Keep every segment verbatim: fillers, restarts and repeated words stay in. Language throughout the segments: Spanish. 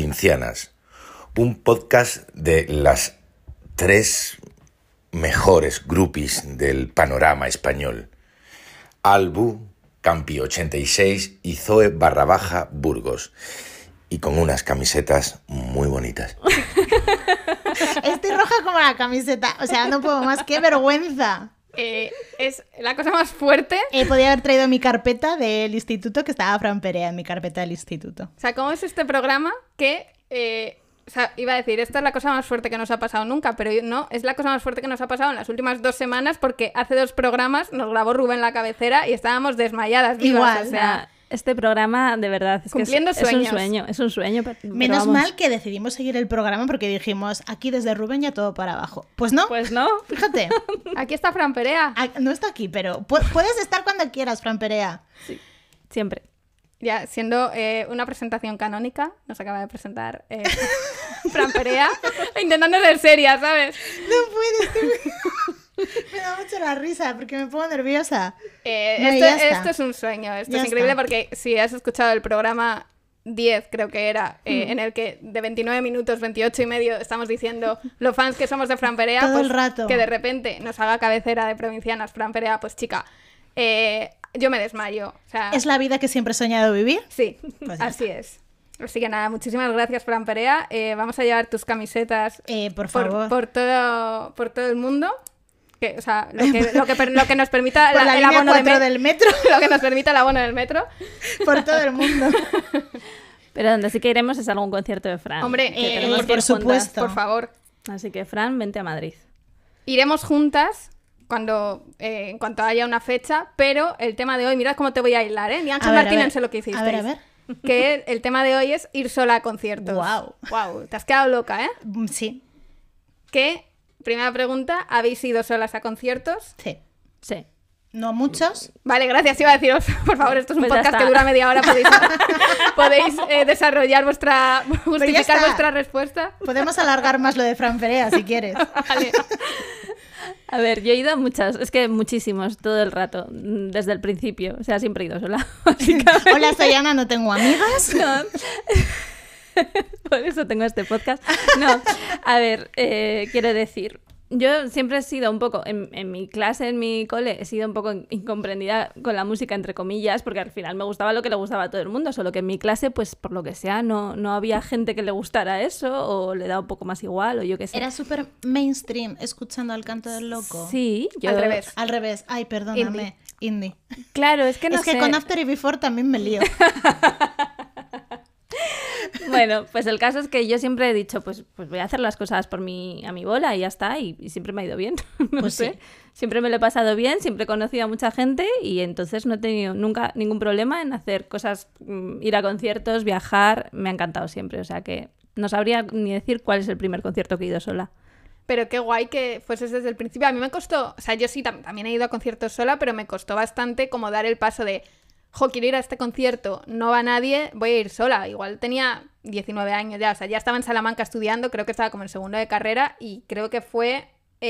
Provincianas, un podcast de las tres mejores groupies del panorama español. Albu, Campi ochenta y seis y Zoe barra baja Burgos. Y con unas camisetas muy bonitas. Estoy roja como la camiseta. O sea, no puedo más. ¡Qué vergüenza! Eh, es la cosa más fuerte. Eh, podía haber traído mi carpeta del instituto, que estaba Fran Perea en mi carpeta del instituto. O sea, ¿cómo es este programa que... Eh, o sea, iba a decir, esta es la cosa más fuerte que nos ha pasado nunca, pero no, es la cosa más fuerte que nos ha pasado en las últimas dos semanas porque hace dos programas nos grabó Rubén la cabecera y estábamos desmayadas vivas. Igual, o sea... Este programa, de verdad, es Cumpliendo que es, es sueños. un sueño, es un sueño. Pero, Menos pero vamos. mal que decidimos seguir el programa porque dijimos, aquí desde Rubén ya todo para abajo. Pues no, Pues no. fíjate. Aquí está Fran Perea. Ah, no está aquí, pero pu- puedes estar cuando quieras, Fran Perea. Sí, siempre. Ya, siendo eh, una presentación canónica, nos acaba de presentar eh, Fran Perea, intentando ser seria, ¿sabes? No puedes, tú. Me da mucho la risa porque me pongo nerviosa. Eh, No, y esto, ya está. esto es un sueño, esto Ya es increíble está. porque si has escuchado el programa diez, creo que era, eh, Mm. en el que de veintinueve minutos, veintiocho y medio, estamos diciendo lo fans que somos de Fran Perea, Todo pues el rato. que de repente nos haga cabecera de provincianas Fran Perea, pues chica, eh, yo me desmayo. O sea, ¿Es la vida que siempre he soñado vivir? sí, Pues ya así es. Así que nada, muchísimas gracias, Fran Perea. Eh, vamos a llevar tus camisetas Eh, por por, favor. por todo, por todo el mundo. Que, o sea, lo que, lo que, per- lo que nos permita Por la, el línea abono de cuatro me- del metro, lo que nos permita el abono del metro. por todo el mundo. Pero donde sí que iremos es a algún concierto de Fran. Hombre, que eh, tenemos por que ir juntas. supuesto. Por favor. Así que, Fran, vente a Madrid. Iremos juntas cuando eh, en cuanto haya una fecha, pero el tema de hoy, mirad cómo te voy a hilar, ¿eh? Ni Ángel A ver, a Martín ver. en sé lo que hicisteis. A ver, a ver. Que el tema de hoy es ir sola a conciertos. Guau. Wow, te has quedado loca, ¿eh? Mm, Sí, Que, primera pregunta, ¿habéis ido solas a conciertos? sí. Sí. No muchos. Vale, gracias. Iba a deciros, por favor, esto es un Pues ya podcast está. que dura media hora. Podéis, podéis eh, desarrollar vuestra... justificar está. vuestra respuesta. Podemos alargar más lo de Fran Perea si quieres. Vale. A ver, yo he ido a muchas, es que muchísimos, todo el rato, mm, desde el principio. O sea, siempre he ido sola, básicamente. Hola, soy Ana, no tengo amigas. No. Por eso tengo este podcast. No, a ver, eh, quiero decir, yo siempre he sido un poco, en, en mi clase, en mi cole, he sido un poco incomprendida con la música, entre comillas, porque al final me gustaba lo que le gustaba a todo el mundo, solo que en mi clase, pues por lo que sea, no, no había gente que le gustara eso, o le da un poco más igual, o yo qué sé. Era súper mainstream escuchando al canto del loco. Sí, yo... Al revés. Al revés. Ay, perdóname. Indie. Claro, es que no es que sé. con After y Before también me lío. Bueno, pues el caso es que yo siempre he dicho, pues, pues voy a hacer las cosas por mi, a mi bola y ya está, y, y siempre me ha ido bien. No Pues sé. sí. Siempre me lo he pasado bien, siempre he conocido a mucha gente y entonces no he tenido nunca ningún problema en hacer cosas, mm, ir a conciertos, viajar, me ha encantado siempre. O sea que no sabría ni decir cuál es el primer concierto que he ido sola. Pero qué guay que fueses desde el principio. A mí me costó... O sea, yo sí tam- también he ido a conciertos sola, pero me costó bastante como dar el paso de... Jo, quiero ir a este concierto, no va nadie, voy a ir sola. Igual tenía diecinueve años ya, o sea, ya estaba en Salamanca estudiando, creo que estaba como en segundo de carrera y creo que fue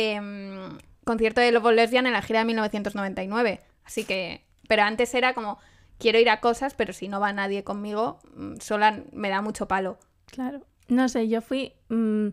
eh, concierto de Love Lesbian en la gira de mil novecientos noventa y nueve. Así que... Pero antes era como, quiero ir a cosas, pero si no va nadie conmigo, mm, sola me da mucho palo. Claro. No sé, yo fui mm,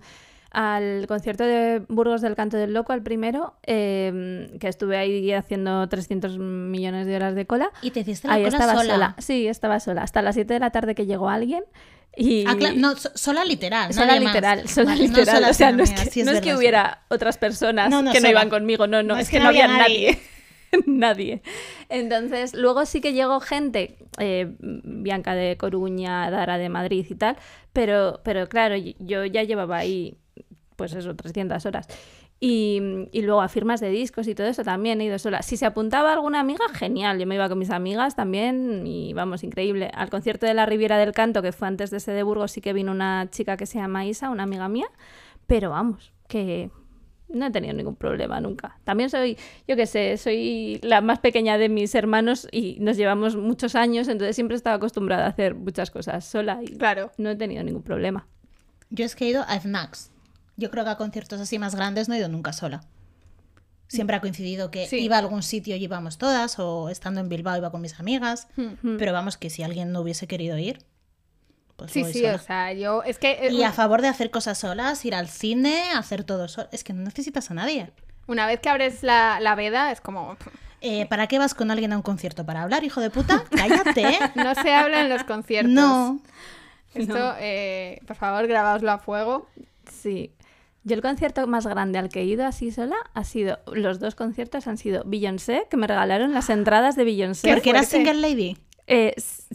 al concierto de Burgos del Canto del Loco, al primero, eh, que estuve ahí haciendo trescientos millones de horas de cola. Y te hiciste la Ahí cola estaba sola. Sí, estaba sola. Hasta las siete de la tarde que llegó alguien y... Ah, claro, no, so- sola literal. Sola nadie más. literal, sola Vale, no literal. sola O sea, sin no es amigas, que, sí es no es verdad, que sí. hubiera otras personas No, no, que no sola. iban conmigo, no, no, No, es que no había nadie. nadie. Nadie. Entonces, luego sí que llegó gente, eh, Bianca de Coruña, Dara de Madrid y tal, pero, pero claro, yo ya llevaba ahí, pues eso, trescientas horas. Y, y luego a firmas de discos y todo eso también he ido sola. Si se apuntaba alguna amiga, genial. Yo me iba con mis amigas también y vamos, increíble. Al concierto de la Riviera del Canto, que fue antes de ese de Burgos, sí que vino una chica que se llama Isa, una amiga mía. Pero vamos, que no he tenido ningún problema nunca. También soy, yo qué sé, soy la más pequeña de mis hermanos y nos llevamos muchos años, entonces siempre he estado acostumbrada a hacer muchas cosas sola y Claro. no he tenido ningún problema. Yo es que he ido a FNACs. Yo creo que a conciertos así más grandes no he ido nunca sola. Siempre ha coincidido que Sí. iba a algún sitio y íbamos todas, o estando en Bilbao iba con mis amigas. Hmm. Pero vamos, que si alguien no hubiese querido ir, Pues Sí, voy sí, sola. o sea, yo... Es que... Y a favor de hacer cosas solas, ir al cine, hacer todo solo. Es que no necesitas a nadie. Una vez que abres la, la veda, es como... Eh, ¿Para qué vas con alguien a un concierto? ¿Para hablar, hijo de puta? ¡Cállate! No se habla en los conciertos. No. Esto, No. eh, por favor, grabaoslo a fuego. Sí. Yo el concierto más grande al que he ido así sola ha sido... Los dos conciertos han sido Beyoncé, que me regalaron las entradas de Beyoncé. ¿Porque eras fuerte. single lady? Eh, s-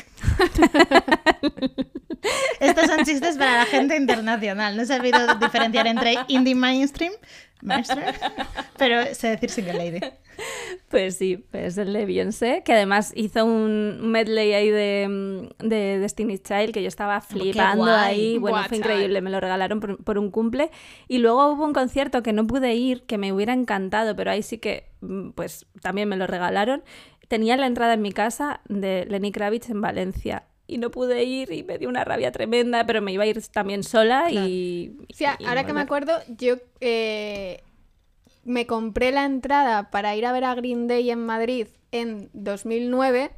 Estos son chistes para la gente internacional. No he sabido diferenciar entre indie mainstream, mainstream, pero sé decir single lady. Pues sí, pues el de Beyoncé, que además hizo un medley ahí de, de Destiny's Child, que yo estaba flipando guay. ahí. Bueno, Buah, fue chaval. increíble, me lo regalaron por, por un cumple. Y luego hubo un concierto que no pude ir, que me hubiera encantado, pero ahí sí que, mm, pues también me lo regalaron. Tenía la entrada en mi casa de Lenny Kravitz en Valencia. Y no pude ir y me dio una rabia tremenda, pero me iba a ir también sola y... Sí, y ahora que me volver. acuerdo, yo eh, me compré la entrada para ir a ver a Green Day en Madrid en dos mil nueve,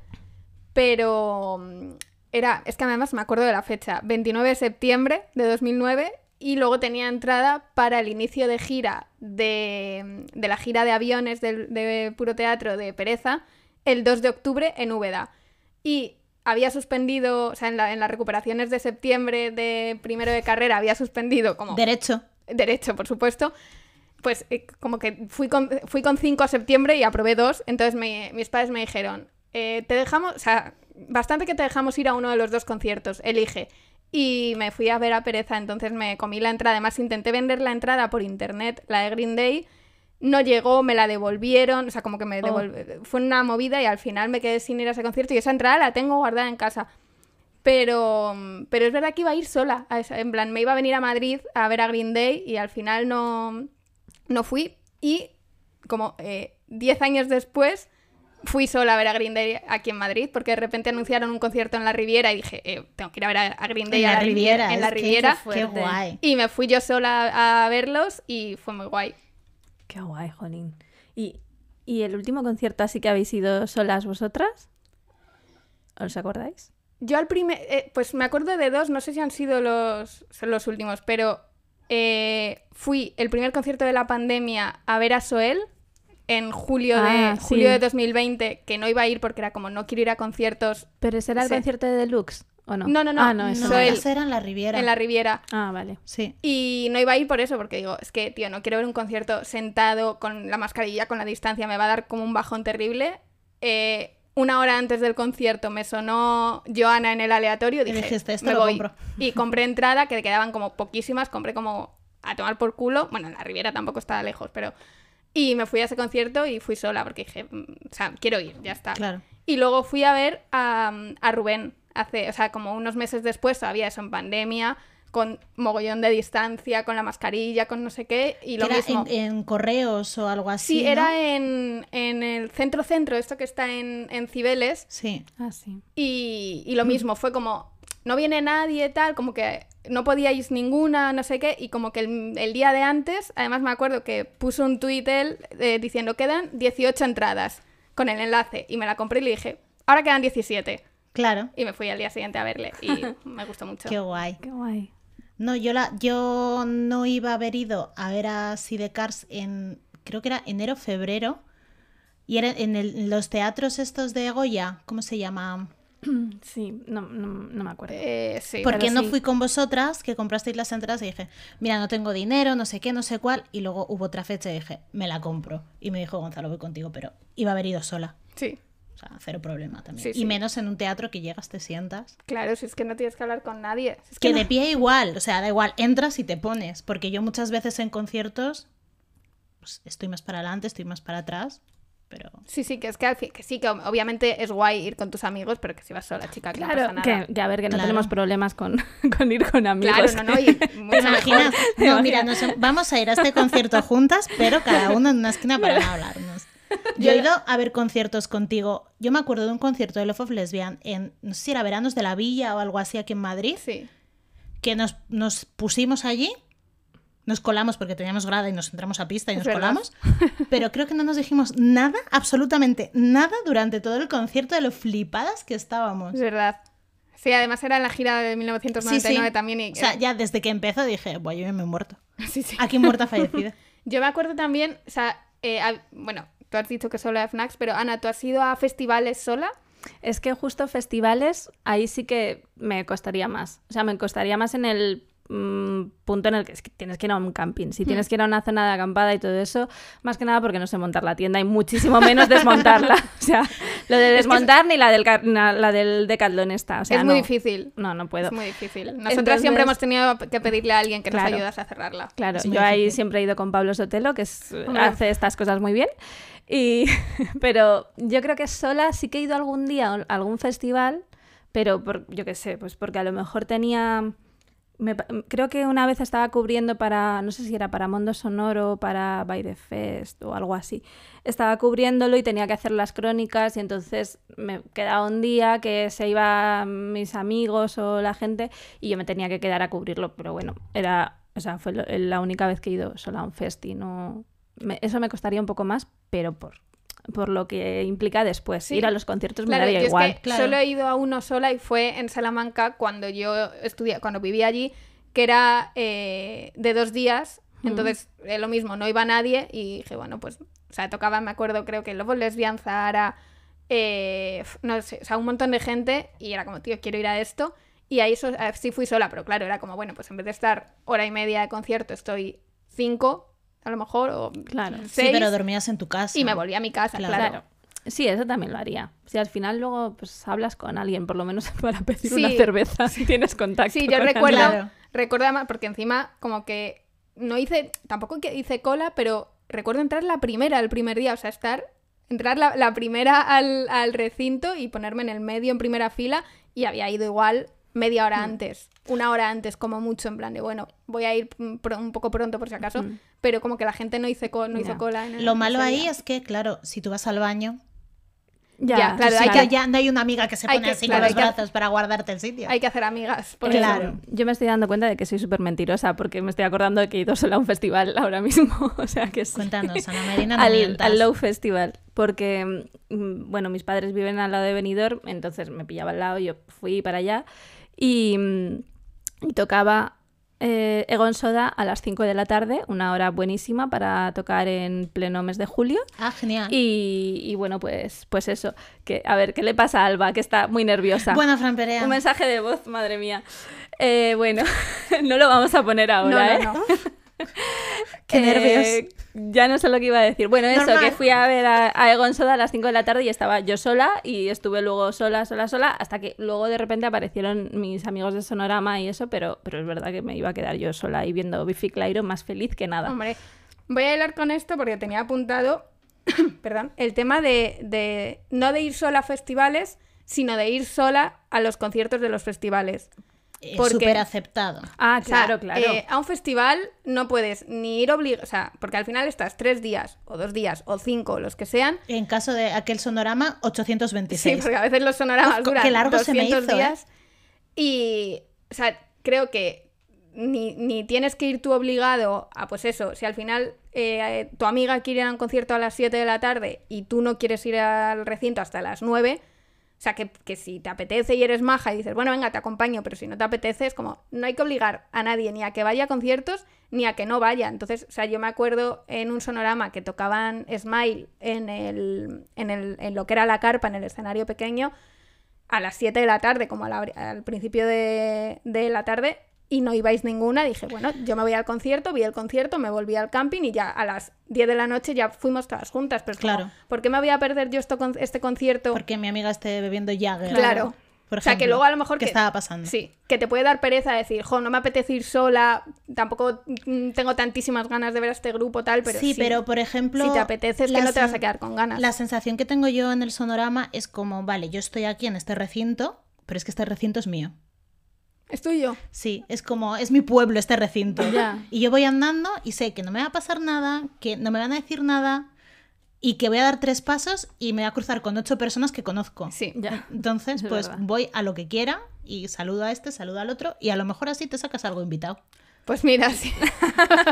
pero mm, era, es que además me acuerdo de la fecha, veintinueve de septiembre de dos mil nueve, y luego tenía entrada para el inicio de gira de, de la gira de aviones del, de Puro Teatro de Pereza el dos de octubre en Úbeda. Y había suspendido, o sea, en, la, en las recuperaciones de septiembre de primero de carrera había suspendido como... Derecho. Derecho, por supuesto. Pues eh, como que fui con, fui con cinco a septiembre y aprobé dos. Entonces me- mis padres me dijeron, eh, te dejamos, o sea, bastante que te dejamos ir a uno de los dos conciertos, elige. Y me fui a ver a Pereza, entonces me comí la entrada. Además intenté vender la entrada por internet, la de Green Day. No llegó, me la devolvieron, o sea, como que me devolvieron. Fue una movida y al final me quedé sin ir a ese concierto y esa entrada la tengo guardada en casa. Pero, pero es verdad que iba a ir sola. A esa, en plan, me iba a venir a Madrid a ver a Green Day y al final no, no fui. Y como eh, diez años después fui sola a ver a Green Day aquí en Madrid porque de repente anunciaron un concierto en la Riviera y dije, eh, tengo que ir a ver a, a Green Day En a la la Riviera. Riviera, en es la que Riviera. Qué, qué guay. Y me fui yo sola a verlos y fue muy guay. Qué guay, jolín. ¿Y, ¿Y el último concierto así que habéis ido solas vosotras? ¿Os acordáis? Yo al primer, eh, pues me acuerdo de dos, no sé si han sido los, son los últimos, pero eh, fui el primer concierto de la pandemia a ver a Soel en julio, Ah, de, sí. julio de dos mil veinte, que no iba a ir porque era como no quiero ir a conciertos ¿Pero ese era el Sí. concierto de Deluxe o no? No, no, no. Ah, no, eso No, no. Soel. esa era en la Riviera. en la Riviera. Ah, vale. Sí. Y no iba a ir por eso, porque digo, es que, tío, no quiero ver un concierto sentado con la mascarilla, con la distancia, me va a dar como un bajón terrible. Eh, una hora antes del concierto me sonó Joana en el aleatorio, dije, dijiste, "Esto me lo voy". compro. Y compré entrada, que quedaban como poquísimas, compré como a tomar por culo. Bueno, en la Riviera tampoco estaba lejos, pero... Y me fui a ese concierto y fui sola, porque dije, mm, o sea, quiero ir, ya está. Claro. Y luego fui a ver a, a Rubén, hace, o sea, como unos meses después, todavía eso en pandemia, con mogollón de distancia, con la mascarilla, con no sé qué, y lo Que era mismo. en, en correos o algo así. Sí, ¿no? era en, en el centro-centro, esto que está en, en Cibeles, Sí. Ah, sí. y, y lo mismo, fue como, no viene nadie, tal, como que no podíais ninguna, no sé qué, y como que el, el día de antes, además me acuerdo que puso un tuit él eh, diciendo, quedan dieciocho entradas, con el enlace, y me la compré y le dije, ahora quedan diecisiete. Claro. Y me fui al día siguiente a verle y me gustó mucho. Qué guay. Qué guay. No, yo la, yo no iba a haber ido a ver a Sidecars en, creo que era enero, febrero, y era en, el- en los teatros estos de Goya, ¿cómo se llama? Sí, no, no, no me acuerdo. Eh, sí. Porque pero no sí. fui con vosotras, que comprasteis las entradas y dije, mira, no tengo dinero, no sé qué, no sé cuál, y luego hubo otra fecha y dije, me la compro. Y me dijo, Gonzalo, voy contigo, pero iba a haber ido sola. Sí, O sea, cero problema también. Sí, y sí. menos en un teatro que llegas, te sientas. claro, si es que no tienes que hablar con nadie. Si es Que que de no- pie igual, o sea, da igual, entras y te pones. Porque yo muchas veces en conciertos pues, estoy más para adelante, estoy más para atrás, pero... Sí, sí, que es que, al fin- que sí, que obviamente es guay ir con tus amigos, pero que si vas sola, chica, que no Claro, pasa nada. que, que a ver, que no Claro. tenemos problemas con, con ir con amigos. Claro, no, no, y ¿Te mucho imaginas? mejor. No, mira, nos- vamos a ir a este concierto juntas, pero cada uno en una esquina para no hablarnos. Yo he ido a ver conciertos contigo. Yo me acuerdo de un concierto de Love of Lesbian en, no sé si era Veranos de la Villa o algo así aquí en Madrid, Sí, que nos, nos pusimos allí, nos colamos porque teníamos grada y nos entramos a pista y Es nos verdad. colamos, pero creo que no nos dijimos nada, absolutamente nada durante todo el concierto de lo flipadas que estábamos. es verdad. Sí, además era en la gira de mil novecientos noventa y nueve Sí, sí. también. Y, O sea, ya desde que empezó dije, bueno, yo ya me he muerto. sí, sí. Aquí muerta fallecida. Yo me acuerdo también, o sea, eh, a- bueno, tú has dicho que solo a F NACs, pero Ana, ¿tú has ido a festivales sola? Es que justo festivales, ahí sí que me costaría más. O sea, me costaría más en el mm, punto en el que, es que tienes que ir a un camping. Si tienes que ir a una zona de acampada y todo eso, más que nada porque no sé montar la tienda y muchísimo menos desmontarla. O sea, lo de desmontar ni la del, car- na- la del Decathlon está. O sea, es no. muy difícil. No, no puedo. Es muy difícil. Nosotras Entonces- siempre hemos tenido que pedirle a alguien que nos Claro. ayudase a cerrarla. Claro, Es muy yo ahí difícil. siempre he ido con Pablo Sotelo, que es- Hombre. hace estas cosas muy bien. Y, pero yo creo que sola sí que he ido algún día a algún festival, pero por, yo qué sé, pues porque a lo mejor tenía... me pa- creo que una vez estaba cubriendo para, no sé si era para Mondo Sonoro, para By the Fest o algo así. Estaba cubriéndolo y tenía que hacer las crónicas y entonces me quedaba un día que se iban mis amigos o la gente y yo me tenía que quedar a cubrirlo, pero bueno, era, o sea, fue lo- la única vez que he ido sola a un festi, no... me- eso me costaría un poco más, pero por, por lo que implica después. Sí. Ir a los conciertos Claro, me yo daría igual. es que claro. solo he ido a uno sola y fue en Salamanca cuando yo estudié, cuando vivía allí, que era eh, de dos días. Entonces, eh, lo mismo, no iba nadie y dije, bueno, pues, o sea, tocaba, me acuerdo, creo que Lobos Lesbian, Zahara, eh, f- no sé, o sea, un montón de gente y era como, tío, quiero ir a esto. Y ahí so- eh, sí fui sola, pero claro, era como, bueno, pues en vez de estar hora y media de concierto, estoy cinco, a lo mejor, o Claro. Sí, seis, pero dormías en tu casa. y me volví a mi casa, Claro. claro. Claro. Sí, eso también lo haría. Si al final luego pues hablas con alguien, por lo menos para pedir Sí. una cerveza, si tienes contacto. Sí, yo con recuerdo, alguien. Claro. recuerdo además, porque encima como que no hice, tampoco que hice cola, pero recuerdo entrar la primera, el primer día, o sea, estar, entrar la, la primera al, al recinto y ponerme en el medio, en primera fila, y había ido igual media hora antes, una hora antes como mucho, en plan de, bueno, voy a ir mm, pro- un poco pronto por si acaso, Mm. pero como que la gente no, hice co- no hizo Ya. cola. En el, Lo malo ese ahí día. es que, claro, si tú vas al baño, Ya, Ya, claro, sí hay que que- ya no hay una amiga que se hay pone que- así claro, con hay los que- brazos para guardarte el sitio. Hay que hacer amigas. Por Claro. eso. Yo me estoy dando cuenta de que soy súper mentirosa porque me estoy acordando de que he ido sola a un festival ahora mismo. O sea que sí. Cuéntanos, Ana Marina, no al, mientas. al Low Festival. Porque, mm, bueno, mis padres viven al lado de Benidorm, entonces me pillaba al lado, yo fui para allá y, mm, y tocaba eh, Egon Soda a las cinco de la tarde, una hora buenísima para tocar en pleno mes de julio. Ah, genial. Y, y bueno, pues, pues eso. Que, a ver, ¿qué le pasa a Alba? Que está muy nerviosa. Bueno, Fran Perea. Un mensaje de voz, madre mía. Eh, bueno, no lo vamos a poner ahora, No, ¿eh? no, no. Qué nervios. Eh, ya no sé lo que iba a decir. Bueno, eso, Normal. que fui a ver a, a Egon Soda a las cinco de la tarde y estaba yo sola y estuve luego sola, sola, sola, hasta que luego de repente aparecieron mis amigos de Sonorama y eso, pero, pero es verdad que me iba a quedar yo sola ahí viendo Biffy Clyro más feliz que nada. Hombre, voy a hablar con esto porque tenía apuntado, perdón, el tema de, de no de ir sola a festivales, sino de ir sola a los conciertos de los festivales. Eh, porque- Súper aceptado. Ah, O sea, claro, claro. eh, a un festival no puedes ni ir obligado, o sea, porque al final estás tres días, o dos días, o cinco, los que sean. En caso de aquel sonorama, ochocientos Sí, veintiséis. porque a veces los sonoramas Uf, duran qué largo se me doscientos hizo, ¿eh? días. Y, o sea, creo que ni, ni tienes que ir tú obligado a, pues eso, si al final eh, tu amiga quiere ir a un concierto a las siete de la tarde y tú no quieres ir al recinto hasta las nueve, o sea, que, que si te apetece y eres maja y dices, bueno, venga, te acompaño, pero si no te apetece, es como, no hay que obligar a nadie ni a que vaya a conciertos ni a que no vaya. Entonces, o sea, yo me acuerdo en un sonorama que tocaban Smile en, el, en, el, en lo que era la carpa, en el escenario pequeño, a las siete de la tarde, como a la- al principio de, de la tarde, y no ibais ninguna, dije, bueno, yo me voy al concierto, vi el concierto, me volví al camping y ya a las diez de la noche ya fuimos todas juntas. Pero es como, Claro. ¿por qué me voy a perder yo esto, con- este concierto? Porque mi amiga esté bebiendo Jagger. Claro. Por O sea, que ejemplo, luego a lo mejor ¿Qué que- estaba pasando? Sí, que te puede dar pereza decir, jo, no me apetece ir sola, tampoco mm, tengo tantísimas ganas de ver a este grupo, tal, pero sí, pero por ejemplo... si te apetece es que la no te vas a sen- quedar con ganas. La sensación que tengo yo en el sonorama es como, vale, yo estoy aquí en este recinto, pero es que este recinto es mío. Es tuyo. Sí, es como, es mi pueblo este recinto. Ya. Y yo voy andando y sé que no me va a pasar nada, que no me van a decir nada y que voy a dar tres pasos y me voy a cruzar con ocho personas que conozco. Sí. Ya. Entonces, Es pues verdad. voy a lo que quiera y saludo a este, saludo al otro y a lo mejor así te sacas algo invitado. Pues mira, sí.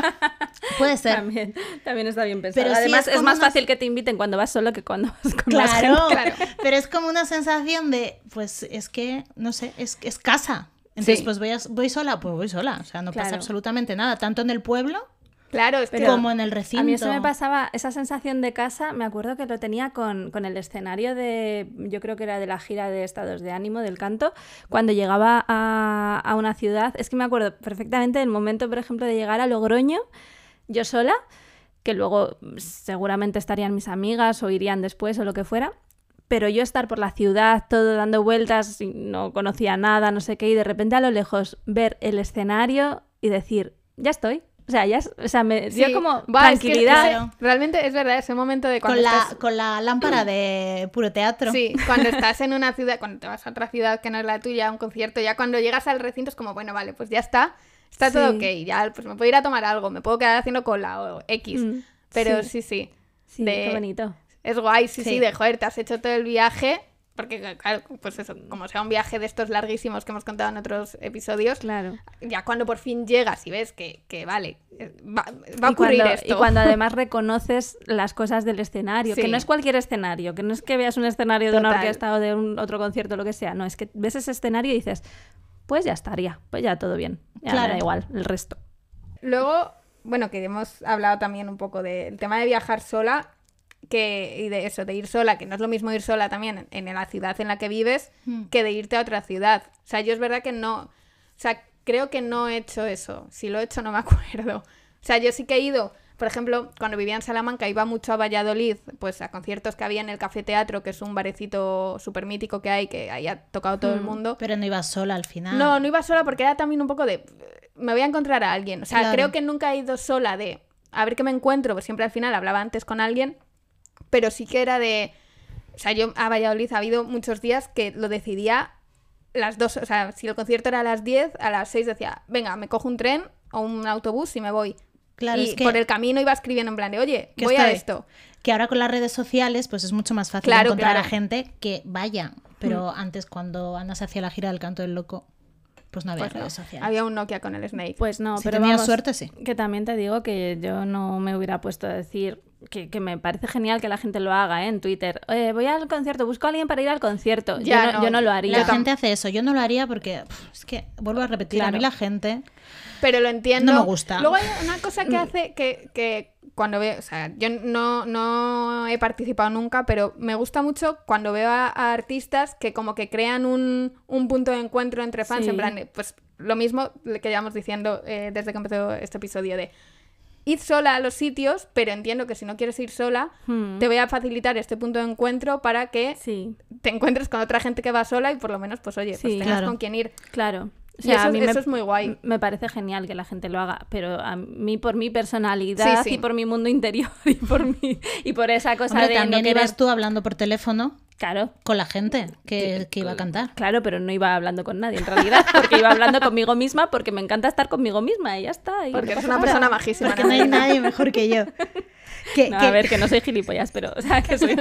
Puede ser. También, también está bien pensado. Pero sí, Además, es es, como más una- fácil que te inviten cuando vas solo que cuando vas con más gente. Claro, Claro. pero es como una sensación de, pues es que, no sé, es, es casa. Entonces, Sí. pues voy, a- voy sola, pues voy sola. O sea, no pasa Claro. absolutamente nada, tanto en el pueblo Claro, es que... Pero como en el recinto. A mí eso me pasaba, esa sensación de casa, me acuerdo que lo tenía con, con el escenario de, yo creo que era de la gira de Estados de Ánimo, del canto, cuando llegaba a, a una ciudad. Es que me acuerdo perfectamente del momento, por ejemplo, de llegar a Logroño, yo sola, que luego seguramente estarían mis amigas o irían después o lo que fuera, pero yo estar por la ciudad, todo dando vueltas, y no conocía nada, no sé qué, y de repente a lo lejos ver el escenario y decir, ya estoy. O sea, ya, es- o sea, me dio Sí. como Buah, es que tranquilidad. ese- Claro. realmente es verdad, ese momento de cuando con, la, estás... con la lámpara de puro teatro. Sí, cuando estás en una ciudad, cuando te vas a otra ciudad que no es la tuya, a un concierto, ya cuando llegas al recinto es como, bueno, vale, pues ya está, está todo Sí. ok, ya pues me puedo ir a tomar algo, me puedo quedar haciendo cola o X. Mm, Pero sí. sí, sí, Sí, de- qué bonito. es guay, sí, sí, Sí. de joder, te has hecho todo el viaje, porque claro, pues eso, como sea un viaje de estos larguísimos que hemos contado en otros episodios, Claro. ya cuando por fin llegas y ves que, que vale, eh, va, va a Y ocurrir cuando, esto. y cuando además reconoces las cosas del escenario, Sí. que no es cualquier escenario, que no es que veas un escenario de una Total. orquesta o de un otro concierto o lo que sea, no, es que ves ese escenario y dices, pues ya estaría, pues ya todo bien, ya Claro. me da igual el resto. Luego, bueno, que hemos hablado también un poco del tema de viajar sola, que, y de eso, de ir sola, que no es lo mismo ir sola también en, en la ciudad en la que vives, Mm. que de irte a otra ciudad. O sea, yo es verdad que no, o sea, creo que no he hecho eso. Si lo he hecho no me acuerdo. O sea, yo sí que he ido, por ejemplo, cuando vivía en Salamanca iba mucho a Valladolid, pues a conciertos que había en el Café Teatro, que es un barecito súper mítico que hay, que ahí ha tocado todo el Mm. mundo. Pero no ibas sola al final. No, no iba sola porque era también un poco de... Me voy a encontrar a alguien. O sea, Claro. creo que nunca he ido sola de... A ver qué me encuentro, pues siempre al final hablaba antes con alguien, pero sí que era de... O sea, yo a Valladolid ha habido muchos días que lo decidía las dos... O sea, si el concierto era a las diez, a las seis decía, venga, me cojo un tren o un autobús y me voy. Claro, y es que, por el camino iba escribiendo en plan de, oye, que voy a estoy- esto. que ahora con las redes sociales pues es mucho más fácil Claro, encontrar claro. a gente que vaya. Pero antes cuando Ana se hacía la gira del Canto del Loco, pues no había Pues no, redes sociales. había un Nokia con el Snake. Pues no, Si pero tenías vamos, suerte, sí. que también te digo que yo no me hubiera puesto a decir que, que me parece genial que la gente lo haga, ¿eh? En Twitter. Eh, voy al concierto, busco a alguien para ir al concierto. Ya, yo, no, no. yo no lo La haría. gente hace eso. Yo no lo haría porque pff, es que, vuelvo a repetir, a Claro. mí la gente... Pero lo entiendo. No me gusta. Luego hay una cosa que hace que, que cuando veo, o sea, yo no, no he participado nunca, pero me gusta mucho cuando veo a, a artistas que como que crean un, un punto de encuentro entre fans, Sí. en plan, de, pues lo mismo que llevamos diciendo eh, desde que empezó este episodio de id sola a los sitios, pero entiendo que si no quieres ir sola, Hmm. te voy a facilitar este punto de encuentro para que Sí, te encuentres con otra gente que va sola y por lo menos, pues oye, pues Sí, tengas claro. con quién ir. claro. O Y sea, eso- a mí eso me, es muy guay. Me parece genial que la gente lo haga, pero a mí por mi personalidad Sí, sí. y por mi mundo interior y por mi y por esa cosa Hombre, de también no querer- ibas tú hablando por teléfono Claro, con la gente que, que iba a cantar. claro, pero no iba hablando con nadie en realidad, porque iba hablando conmigo misma, porque me encanta estar conmigo misma y ya está. y Porque no eres pasa una nada. persona majísima. Porque no hay nadie mejor que yo. Que, No, que- a ver, que no soy gilipollas, pero, o sea, que soy...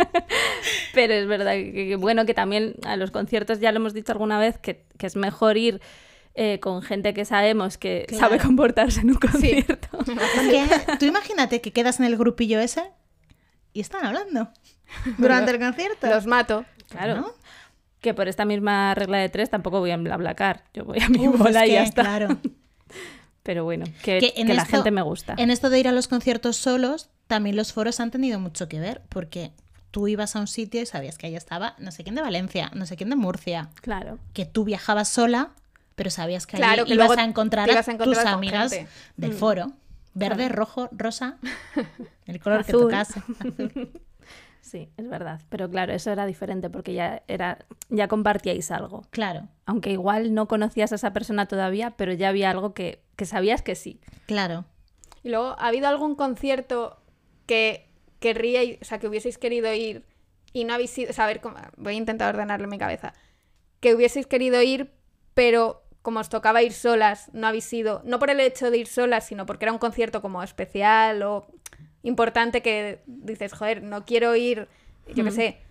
pero es verdad que, que, bueno, que también a los conciertos, ya lo hemos dicho alguna vez, que, que es mejor ir eh, con gente que sabemos que Claro. sabe comportarse en un concierto. es que tú imagínate que quedas en el grupillo ese y están hablando durante el concierto. Los mato. Claro. ¿No? Que por esta misma regla de tres tampoco voy a BlaBlaCar. Yo voy a mi Uf, bola es y ya que, está. Claro. Pero bueno, que, Que en que la esto- gente me gusta. En esto de ir a los conciertos solos, también los foros han tenido mucho que ver, porque tú ibas a un sitio y sabías que ahí estaba no sé quién de Valencia, no sé quién de Murcia, Claro. que tú viajabas sola, pero sabías que Claro, allí que ibas luego a encontrar te a ibas a encontrar tus con amigas gente. del foro. Verde, rojo, rosa, el color Azul. que tocase. Azul. Sí, es verdad. Pero claro, eso era diferente porque ya era ya compartíais algo. Claro, Aunque igual no conocías a esa persona todavía, pero ya había algo que, que sabías que sí. claro. Y luego, ¿ha habido algún concierto que querríais, o sea, que hubieseis querido ir y no habéis ido? O sea, a ver, cómo- voy a intentar ordenarlo en mi cabeza. Que hubieseis querido ir, pero como os tocaba ir solas, no habéis ido. No por el hecho de ir solas, sino porque era un concierto como especial o importante que dices, joder, no quiero ir, yo qué Mm. sé,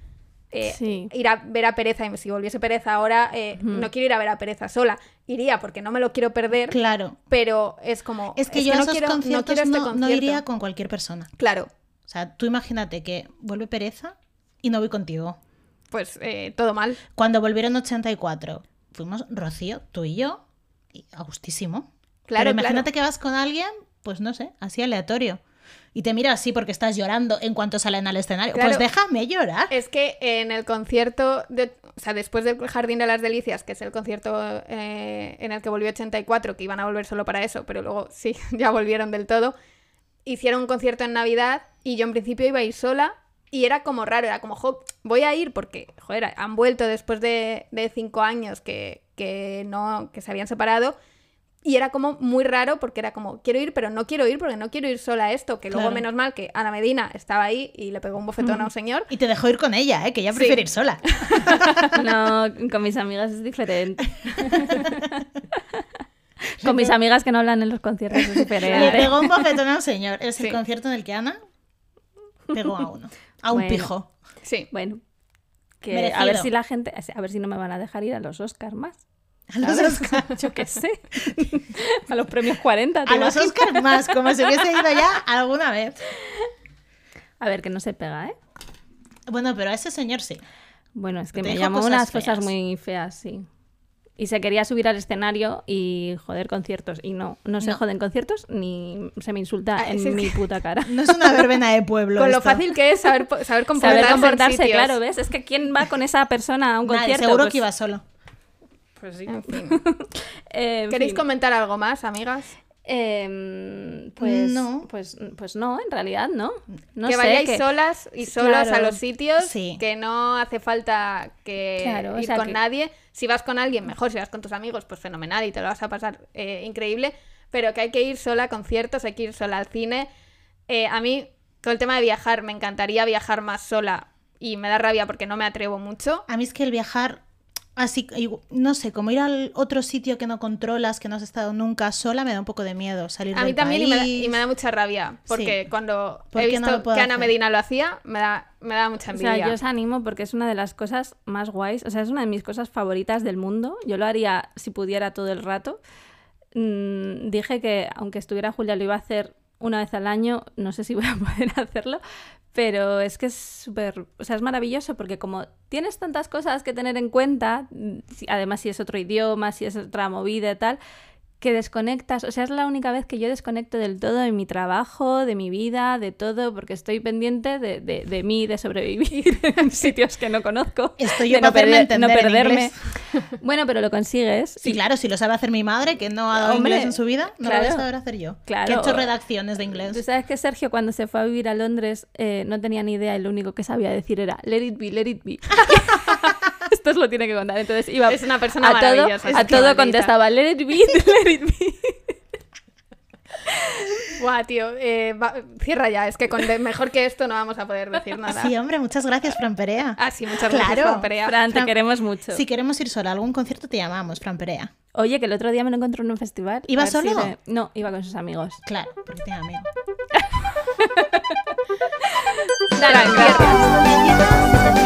eh, Sí. ir a ver a Pereza, y si volviese Pereza ahora, eh, Ujú. no quiero ir a ver a Pereza sola. Iría porque no me lo quiero perder, Claro. pero es como... Es que yo a no esos quiero, no conciertos quiero este no, no concierto. iría con cualquier persona. Claro, O sea, tú imagínate que vuelve Pereza y no voy contigo. pues eh, todo mal. Cuando volvieron ochenta y cuatro, fuimos Rocío, tú y yo, y a gustísimo. Claro, Pero imagínate claro. que vas con alguien, pues no sé, así aleatorio. Y te mira así porque estás llorando en cuanto salen al escenario. Claro. Pues déjame llorar. Es que en el concierto, de, o sea, después del Jardín de las Delicias, que es el concierto eh, en el que volvió ochenta y cuatro, que iban a volver solo para eso, pero luego sí, ya volvieron del todo, hicieron un concierto en Navidad y yo en principio iba a ir sola y era como raro, era como, jo, voy a ir porque, joder, han vuelto después de, de cinco años que, que, no, que se habían separado. Y era como muy raro porque era como, quiero ir, pero no quiero ir porque no quiero ir sola a esto. Que luego, Claro. menos mal, que Ana Medina estaba ahí y le pegó un bofetón a un señor. Y te dejó ir con ella, ¿eh? Que ella Sí. prefiere ir sola. No, con mis amigas es diferente. Con mis amigas que no hablan en los conciertos es Le diferente. pegó un bofetón a un señor. Es el Sí. concierto en el que Ana pegó a uno. A un Bueno. pijo. Sí. Bueno, que Merecido. a ver si la gente, a ver si no me van a dejar ir a los Oscars más. A los ¿Sabes? Oscars. Yo qué sé. A los premios cuarenta. ¿te A los imaginas? Oscars más, como si hubiese ido ya alguna vez. A ver, que no se pega, ¿eh? Bueno, pero a ese señor sí. Bueno, es que Te me dijo llamó cosas unas cosas feas. muy feas, sí. Y se quería subir al escenario y joder conciertos. Y no, no se No. joden conciertos ni se me insulta Ah, en sí, es mi que- puta cara. No es una verbena de pueblo. Con lo esto. fácil que es saber, po- saber comportarse, Saber comportarse, en sitios. claro, ¿ves? Es que ¿quién va con esa persona a un Nadie, concierto? seguro Pues- que iba solo. Pues sí. En fin. Eh, en ¿Queréis fin. comentar algo más, amigas? Em, pues, No. pues, pues no, en realidad no. No que sé, vayáis que- solas y solos Claro. a los sitios, Sí. que no hace falta que Claro, o ir sea con que- nadie. Si vas con alguien, mejor. Si vas con tus amigos, pues fenomenal y te lo vas a pasar eh, increíble. Pero que hay que ir sola a conciertos, hay que ir sola al cine. Eh, a mí, con el tema de viajar, me encantaría viajar más sola y me da rabia porque no me atrevo mucho. A mí es que el viajar, así, igu- no sé, como ir al otro sitio que no controlas, que no has estado nunca sola, me da un poco de miedo salir A mí del también y me, da, país. y me da mucha rabia porque Sí. cuando ¿Por he qué no visto lo puedo que Ana hacer? Medina lo hacía, me da, me da mucha O envidia. sea, yo os animo porque es una de las cosas más guays. O sea, es una de mis cosas favoritas del mundo. Yo lo haría si pudiera todo el rato. Mm, dije que aunque estuviera Julia lo iba a hacer una vez al año. No sé si voy a poder hacerlo. Pero es que es súper... O sea, es maravilloso porque como tienes tantas cosas que tener en cuenta, mm, si- además si es otro idioma, si es otra movida y tal, que desconectas, o sea, es la única vez que yo desconecto del todo de mi trabajo, de mi vida, de todo, porque estoy pendiente de, de, de mí, de sobrevivir en sitios que no conozco, Estoy yo de no, para hacerme perder- no entender en perderme. inglés. Bueno, pero lo consigues. Sí, y- claro, si lo sabe hacer mi madre, que no ha dado Hombre, inglés en su vida, no claro. lo voy a saber hacer yo. Claro. Que he hecho redacciones de inglés. Tú sabes que Sergio cuando se fue a vivir a Londres eh, no tenía ni idea y lo único que sabía decir era let it be, let it be. Esto os lo tiene que contar. Entonces iba Es una persona a todo, maravillosa, a es todo maldita. contestaba let it be, let it be. Buah, tío, eh, va- cierra ya, es que con de- mejor que esto no vamos a poder decir nada. Sí, hombre, muchas gracias, Fran Perea. Ah, sí, muchas gracias, Claro. Fran Perea. Fran, te Fran, queremos mucho. Si queremos ir sola a algún concierto, te llamamos, Fran Perea. Oye, que el otro día me lo encontré en un festival. ¿Iba A ver si solo? le- No, iba con sus amigos. Claro, porque tiene amigos. Dale, cierra.